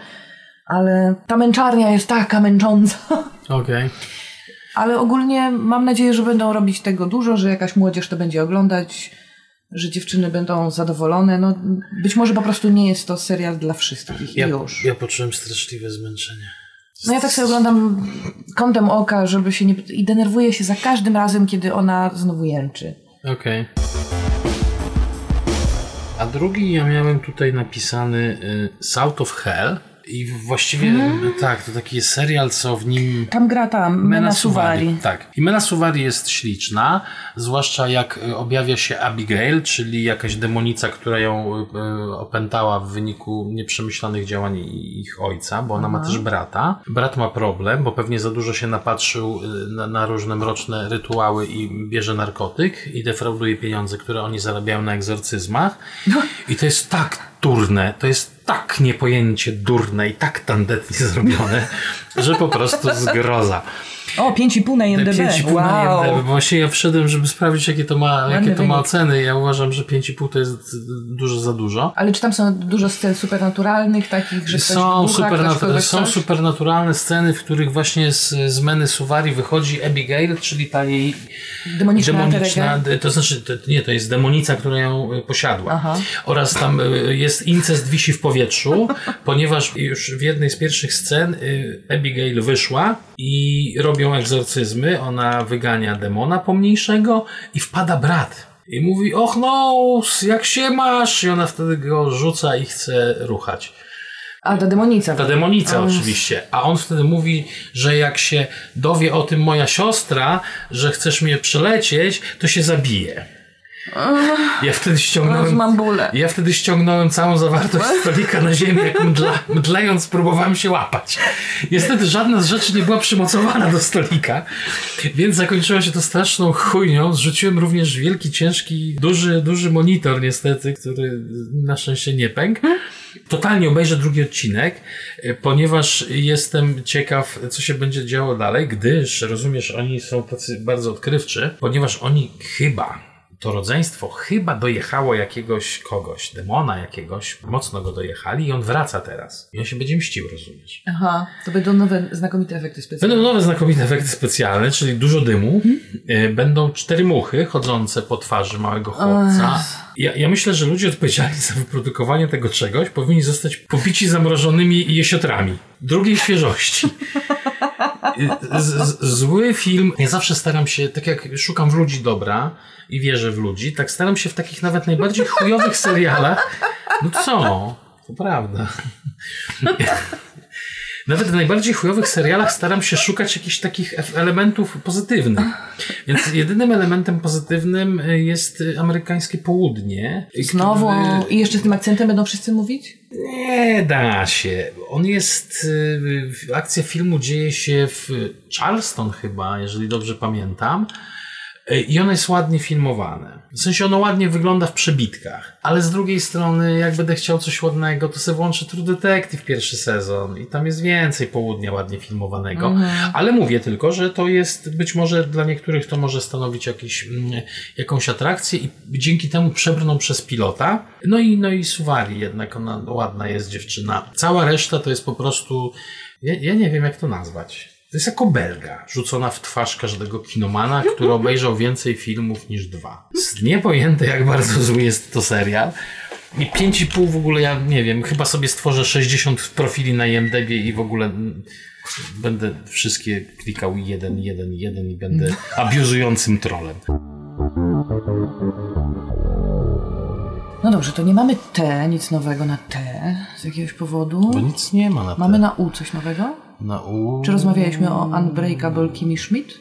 Ale ta męczarnia jest taka męcząca. Okej. Ale ogólnie mam nadzieję, że będą robić tego dużo, że jakaś młodzież to będzie oglądać, że dziewczyny będą zadowolone. No, być może po prostu nie jest to serial dla wszystkich Ja, i już. ja poczułem straszliwe zmęczenie. No ja tak sobie oglądam kątem oka, żeby się nie... I denerwuję się za każdym razem, kiedy ona znowu jęczy. Okej. A drugi ja miałem tutaj napisany y, South of Hell. I właściwie Mm. tak, to taki serial, co w nim... Tam gra ta Mena Suvari. Tak. I Mena Suvari jest śliczna, zwłaszcza jak y, objawia się Abigail, czyli jakaś demonica, która ją y, y, opętała w wyniku nieprzemyślanych działań ich ojca, bo ona ma też brata. Brat ma problem, bo pewnie za dużo się napatrzył y, na, na różne mroczne rytuały i bierze narkotyk i defrauduje pieniądze, które oni zarabiają na egzorcyzmach. I to jest tak durne, to jest tak niepojęcie durne i tak tandetnie zrobione, że po prostu zgroza. O, pięć i pół na I M D B. pięć i pół na I M D B. Właśnie ja wszedłem, żeby sprawdzić, jakie to ma, jakie to ma wynik. oceny. Ja uważam, że pięć i pół to jest dużo za dużo. Ale czy tam są dużo scen supernaturalnych, takich, że ktoś Są, bucha, ktoś supernatu- kogoś są coś? supernaturalne sceny, w których właśnie z, z Meny Suvari wychodzi Abigail, czyli ta jej Demoniczna demoniczna, Terega? to znaczy, to, nie, to jest demonica, która ją y, posiadła. Aha. Oraz tam y, jest incest wisi w powietrzu, ponieważ już w jednej z pierwszych scen y, Abigail wyszła i robią egzorcyzmy, ona wygania demona pomniejszego i wpada brat. I mówi, och no, jak się masz? I ona wtedy go rzuca i chce ruchać. A, ta demonica. Ta demonica oczywiście. A on wtedy mówi, że jak się dowie o tym moja siostra, że chcesz mnie przelecieć, to się zabije. Ja wtedy ściągnąłem... Mam bóle. Ja wtedy ściągnąłem całą zawartość stolika na ziemię, jak mdla, mdlejąc próbowałem się łapać. Niestety żadna z rzeczy nie była przymocowana do stolika, więc zakończyło się to straszną chujnią. Zrzuciłem również wielki, ciężki, duży, duży monitor niestety, który na szczęście nie pękł. Totalnie obejrzę drugi odcinek, ponieważ jestem ciekaw, co się będzie działo dalej, gdyż, rozumiesz, oni są tacy bardzo odkrywczy, ponieważ oni chyba... To rodzeństwo chyba dojechało jakiegoś kogoś, demona jakiegoś, mocno go dojechali i on wraca teraz. I on się będzie mścił, rozumiesz. Aha, to będą nowe, znakomite efekty specjalne. Będą nowe, znakomite efekty specjalne, czyli dużo dymu. Hmm? Będą cztery muchy chodzące po twarzy małego chłopca. Ja, ja myślę, że ludzie odpowiedzialni za wyprodukowanie tego czegoś powinni zostać pobici zamrożonymi jesiotrami. Drugiej świeżości. Z, z, zły film. Ja zawsze staram się, tak jak szukam w ludzi dobra i wierzę w ludzi, tak staram się w takich nawet najbardziej chujowych serialach. No co? To prawda. Nawet w najbardziej chujowych serialach staram się szukać jakichś takich elementów pozytywnych. Więc jedynym elementem pozytywnym jest amerykańskie południe. Znowu, który... i jeszcze z tym akcentem będą wszyscy mówić? Nie da się. On jest... Akcja filmu dzieje się w Charleston chyba, jeżeli dobrze pamiętam. I ono jest ładnie filmowane. W sensie ono ładnie wygląda w przebitkach. Ale z drugiej strony, jak będę chciał coś ładnego, to sobie włączę True Detective pierwszy sezon i tam jest więcej południa ładnie filmowanego. Mm. Ale mówię tylko, że to jest, być może dla niektórych to może stanowić jakiś, mm, jakąś atrakcję i dzięki temu przebrną przez pilota. No i, no i Suwari jednak, ona ładna jest dziewczyna. Cała reszta to jest po prostu, ja, ja nie wiem jak to nazwać. To jest jako belga, rzucona w twarz każdego kinomana, który obejrzał więcej filmów niż dwa. Jest niepojęte, jak bardzo zły jest to serial. I pięć i pół w ogóle, ja nie wiem, chyba sobie stworzę sześćdziesiąt profili na I M D B i w ogóle będę wszystkie klikał jeden, jeden, jeden i będę abuzującym trolem. No dobrze, to nie mamy T, nic nowego na T z jakiegoś powodu. Bo nic nie ma na T. Mamy na U coś nowego? Na U... Czy rozmawialiśmy o Unbreakable Kimmy Schmidt?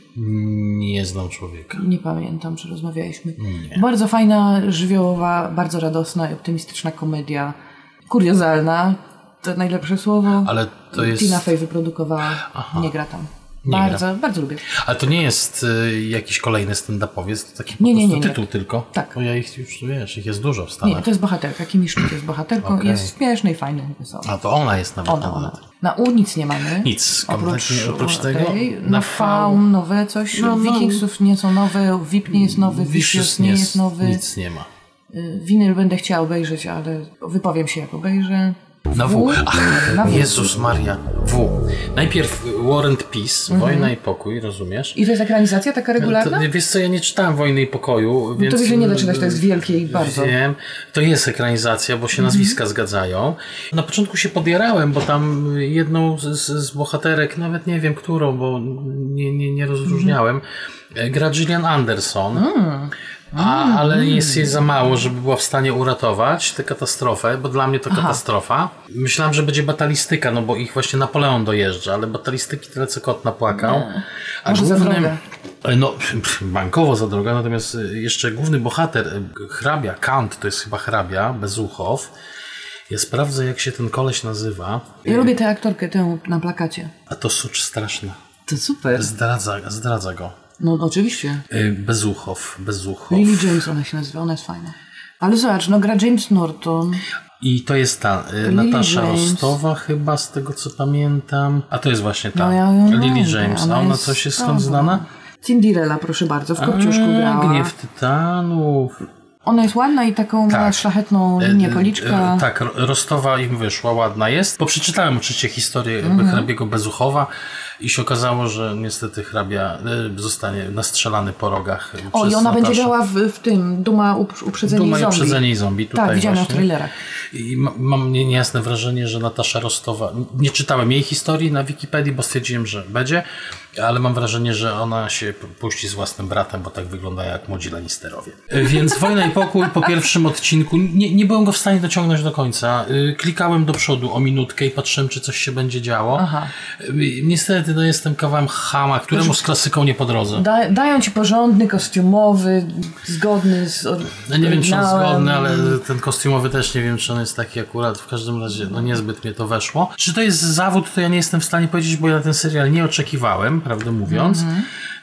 Nie znam człowieka. Nie pamiętam, czy rozmawialiśmy. Nie. Bardzo fajna, żywiołowa, bardzo radosna i optymistyczna komedia. Kuriozalna, to najlepsze słowo. Ale to jest... Tina Fey wyprodukowała, Aha. nie gra tam. Nie bardzo, gra. bardzo lubię. Ale to nie jest y, jakiś kolejny stand-upowiec, to taki po Nie, nie, prostu nie, nie. tytuł tylko. Tak. Bo ja ich już, wiesz, ich jest dużo w Stanach. Nie, to jest bohaterka. Kimmy Schmidt jest bohaterką. Okay. Jest śmieszny i fajny. Wesoły. A to ona jest nawet. Ona, ona. Na U nic nie mamy. Nic, Oprócz, kompletnie oprócz tego. Tej, Na na V V nowe coś. No, no. Wikingsów nie są nowe. V I P nie jest nowy. Vicious nie jest nowy. Nic nie ma. Winyl będę chciała obejrzeć, ale wypowiem się jak obejrzę. Na W. Ach, Na W. Jezus Maria. W. Najpierw War and Peace, mhm. Wojna i Pokój, rozumiesz? I to jest ekranizacja taka regularna? To, wiesz co, ja nie czytałem Wojny i Pokoju, więc... No to wiesz, że nie da czytać, to jest wielkie i bardzo. Wiem. To jest ekranizacja, bo się mhm. nazwiska zgadzają. Na początku się podjarałem, bo tam jedną z, z bohaterek, nawet nie wiem którą, bo nie, nie, nie rozróżniałem, mhm. gra Gillian Anderson. Mhm. A, ale jest jej za mało, żeby była w stanie uratować tę katastrofę, bo dla mnie to Aha. katastrofa. Myślałem, że będzie batalistyka, no bo ich właśnie Napoleon dojeżdża, ale batalistyki tyle co kot napłakał. Nie. A Może głównym, za drogę. No, bankowo za droga, natomiast jeszcze główny bohater, hrabia, Count, to jest chyba hrabia, Bezuchow. Ja sprawdzę, jak się ten koleś nazywa. Ja lubię tę aktorkę, tę na plakacie. A to sucz straszna. To super. Zdradza, zdradza go. No oczywiście. Bezuchow, Bezuchow. Lily James ona się nazywa, ona jest fajna. Ale zobacz, no gra James Norton. I to jest ta y, Natasza James. Rostowa chyba, z tego co pamiętam. A to jest właśnie ta no, ja ją Lily lubię. James. Ona A ona jest coś jest skąd znana? Cinderella, proszę bardzo, w Kopciuszku grała. Gniew Tytanów. Ona jest ładna i taką tak. ma szlachetną linię policzka. E, e, tak, Rostowa im wyszła, ładna jest. Bo przeczytałem oczywiście historię mm-hmm. hrabiego Bezuchowa i się okazało, że niestety hrabia e, zostanie nastrzelany po rogach. O, i ona Nataszę. będzie grała w, w tym Duma, uprzedzenie Duma i zombie. uprzedzenie i zombie. Tutaj tak, widziałam w właśnie. trailerach. I ma, mam niejasne wrażenie, że Natasza Rostowa, nie czytałem jej historii na Wikipedii, bo stwierdziłem, że będzie, ale mam wrażenie, że ona się puści z własnym bratem, bo tak wygląda jak młodzi Lannisterowie. Więc Wojna i Pokój po pierwszym odcinku, nie, nie byłem go w stanie dociągnąć do końca. Klikałem do przodu o minutkę i patrzyłem, czy coś się będzie działo. Aha. Niestety no, jestem kawałem chama, któremu Proszę, z klasyką nie po drodze. Da, dają ci porządny, kostiumowy, zgodny z ja nie wiem, czy on zgodny, ale ten kostiumowy też nie wiem, czy on jest taki akurat. W każdym razie no niezbyt mnie to weszło. Czy to jest zawód, to ja nie jestem w stanie powiedzieć, bo ja na ten serial nie oczekiwałem, prawdę mówiąc. Mm-hmm.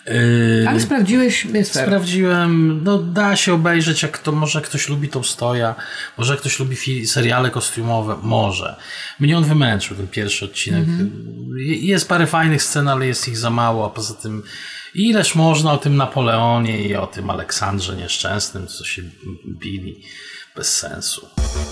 Yy, ale sprawdziłeś, jest fair. Sprawdziłem, no da się obejrzeć, jak to może ktoś lubi Tolstoja, może ktoś lubi fi- seriale kostiumowe, może. Mnie on wymęczył, ten pierwszy odcinek. Mm-hmm. Jest parę fajnych scen, ale jest ich za mało, a poza tym ileż można o tym Napoleonie i o tym Aleksandrze Nieszczęsnym, co się bili, bez sensu.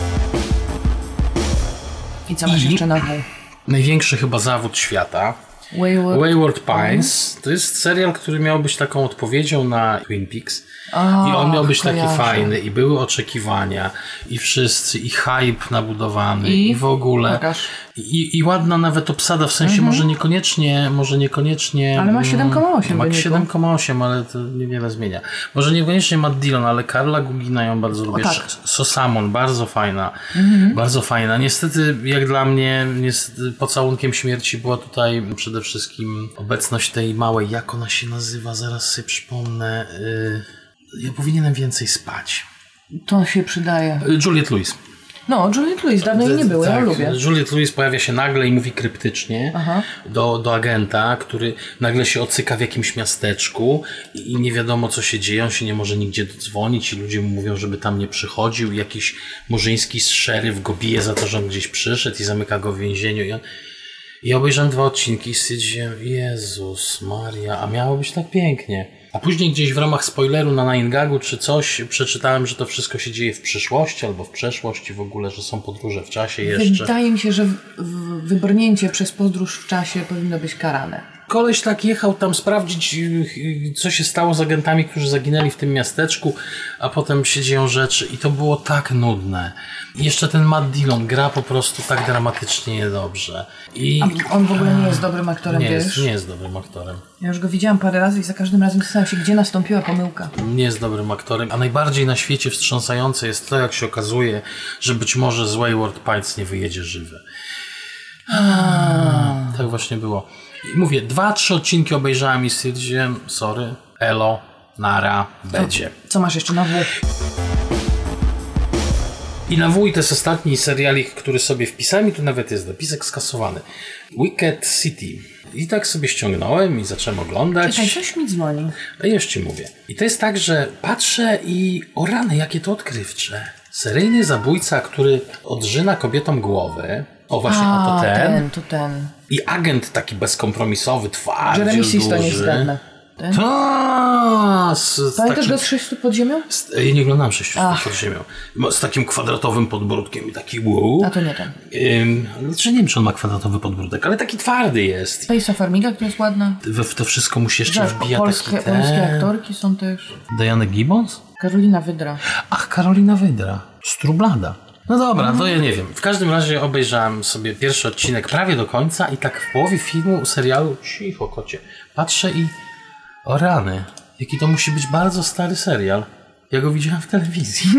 I co masz I jeszcze na W? Największy chyba zawód świata. Wayward, Wayward Pines. To jest serial, który miał być taką odpowiedzią na Twin Peaks. O, I on miał być kojarzę. taki fajny i były oczekiwania i wszyscy, i hype nabudowany i, i w ogóle. Pokaż. I, i ładna nawet obsada, w sensie mhm. może niekoniecznie, może niekoniecznie... Ale ma siedem przecinek osiem. Ma siedem przecinek osiem, ale to niewiele zmienia. Może niekoniecznie Matt Dillon, ale Karla Gugina ją bardzo lubię. Tak. Sosamon, bardzo fajna. Mhm. Bardzo fajna. Niestety, jak dla mnie, niestety, pocałunkiem śmierci była tutaj przede wszystkim obecność tej małej, jak ona się nazywa, zaraz sobie przypomnę. Yy, ja powinienem więcej spać. To się przydaje. Juliette Lewis. No, Juliette Lewis, dawno jej nie było, tak, ja lubię. Juliette Lewis pojawia się nagle i mówi kryptycznie do, do agenta, który nagle się ocyka w jakimś miasteczku i, i nie wiadomo co się dzieje, on się nie może nigdzie dodzwonić i ludzie mu mówią, żeby tam nie przychodził i jakiś murzyński szeryf go bije za to, że on gdzieś przyszedł i zamyka go w więzieniu i on... I obejrzałem dwa odcinki i stwierdziłem, Jezus Maria, a miało być tak pięknie. A później gdzieś w ramach spoileru na nine gagu czy coś przeczytałem, że to wszystko się dzieje w przyszłości albo w przeszłości w ogóle, że są podróże w czasie jeszcze. Wydaje mi się, że w, w wybrnięcie przez podróż w czasie powinno być karane. Koleś tak jechał tam sprawdzić, co się stało z agentami, którzy zaginęli w tym miasteczku, a potem się dzieją rzeczy i to było tak nudne. I jeszcze ten Matt Dillon gra po prostu tak dramatycznie niedobrze. I... A on w ogóle nie jest dobrym aktorem, nie wiesz? Jest, nie jest dobrym aktorem. Ja już go widziałam parę razy i za każdym razem zastanawiam się, gdzie nastąpiła pomyłka. Nie jest dobrym aktorem, a najbardziej na świecie wstrząsające jest to, jak się okazuje, że być może z Wayward Pines nie wyjedzie żywy. Hmm. Tak właśnie było. I mówię, dwa, trzy odcinki obejrzałem i stwierdziłem, sorry, elo, nara, będzie. Co masz jeszcze na W? I na W to jest ostatni serialik, który sobie wpisałem i tu nawet jest dopisek skasowany. Wicked City. I tak sobie ściągnąłem i zacząłem oglądać. Czekaj, coś mi dzwoni. A już ci mówię. I to jest tak, że patrzę i o rany, jakie to odkrywcze. Seryjny zabójca, który odrzyna kobietom głowy. O właśnie, A, o to ten. ten. To ten. I agent taki bezkompromisowy, twardziel, Jeremy duży. Sisto nie zgadnę. Ten? Ta, z, z Pamiętasz takim, go z sześciu pod ziemią? z, ja nie oglądam sześciu pod ziemią. Z takim kwadratowym podbródkiem i taki wow. A to nie ten. Ym, znaczy nie wiem, czy on ma kwadratowy podbródek, ale taki twardy jest. Face of Armiga, która jest ładna. W, w to wszystko mu się jeszcze Żal, wbija polskie, taki ten... polskie aktorki są też. Diana Gibbons? Karolina Wydra. Ach, Karolina Wydra. Strublada. No dobra, to ja nie wiem. W każdym razie obejrzałem sobie pierwszy odcinek prawie do końca i tak w połowie filmu, serialu, cicho kocie, patrzę i o rany, jaki to musi być bardzo stary serial. Ja go widziałem w telewizji.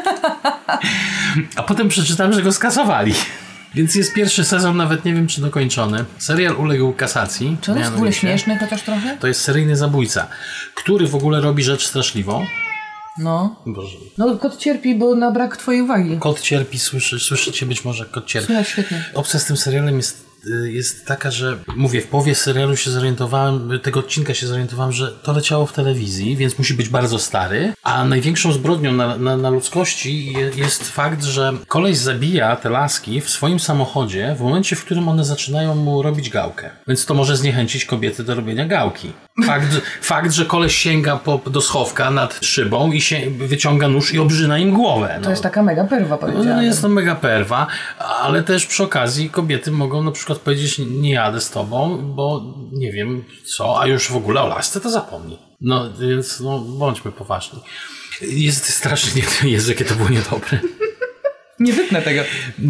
A potem przeczytałem, że go skasowali. Więc jest pierwszy sezon, nawet nie wiem czy dokończony. Serial uległ kasacji. Czy on jest w ogóle śmieszny chociaż trochę? To jest seryjny zabójca, który w ogóle robi rzecz straszliwą. No. Boże. No kot cierpi, bo na brak twojej uwagi. Kot cierpi, słyszy, słyszycie być może kot cierpi. Słychać świetnie. Opcja z tym serialem jest, jest taka, że mówię, w połowie serialu się zorientowałem, tego odcinka się zorientowałem, że to leciało w telewizji, więc musi być bardzo stary, a największą zbrodnią na, na, na ludzkości jest fakt, że koleś zabija te laski w swoim samochodzie w momencie, w którym one zaczynają mu robić gałkę. Więc to może zniechęcić kobiety do robienia gałki. Fakt, fakt że koleś sięga po, do schowka nad szybą i się wyciąga nóż i obrzyna im głowę. No. To jest taka mega perwa, powiedziałem. No jest to mega perwa, ale też przy okazji kobiety mogą na przykład powiedzieć, nie jadę z tobą, bo nie wiem co, a już w ogóle o lasce to zapomnij. No więc no, bądźmy poważni. Jest strasznie, Jezu, jakie to było niedobre. Nie wytnę tego.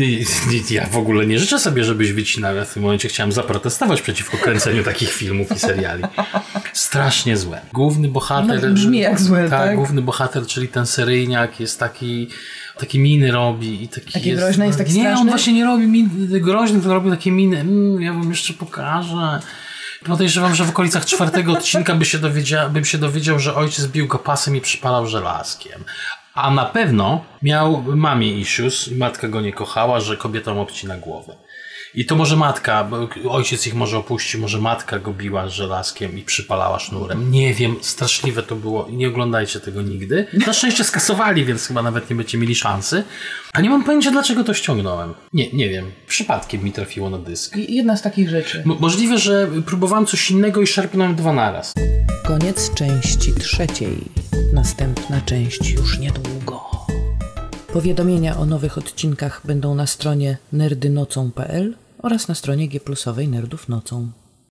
Ja w ogóle nie życzę sobie, żebyś wycinał. Ja w tym momencie chciałem zaprotestować przeciwko kręceniu takich filmów i seriali. Strasznie złe. Główny bohater... No, brzmi jak złe, tak? Tak, główny bohater, czyli ten seryjniak jest taki... Takie miny robi i taki Takie jest... groźne, jest taki nie, straszny? on właśnie nie robi miny groźne, tylko robi takie miny. Mm, ja wam jeszcze pokażę. Podejrzewam, że w okolicach czwartego odcinka by się dowiedział, bym się dowiedział, że ojciec bił go pasem i przypalał żelazkiem. A na pewno miał mamie issues i matka go nie kochała, że kobietom obcina głowę. I to może matka, bo ojciec ich może opuści, może matka go biła żelazkiem i przypalała sznurem. Nie wiem, straszliwe to było i nie oglądajcie tego nigdy. Na szczęście skasowali, więc chyba nawet nie będziecie mieli szansy. A nie mam pojęcia, dlaczego to ściągnąłem. Nie, nie wiem. Przypadkiem mi trafiło na dysk. Jedna z takich rzeczy. Mo- możliwe, że próbowałem coś innego i szarpnąłem dwa naraz. Koniec części trzeciej. Następna część już niedługo. Powiadomienia o nowych odcinkach będą na stronie nerdynocą kropka p l oraz na stronie G plusowej Nerdów Nocą.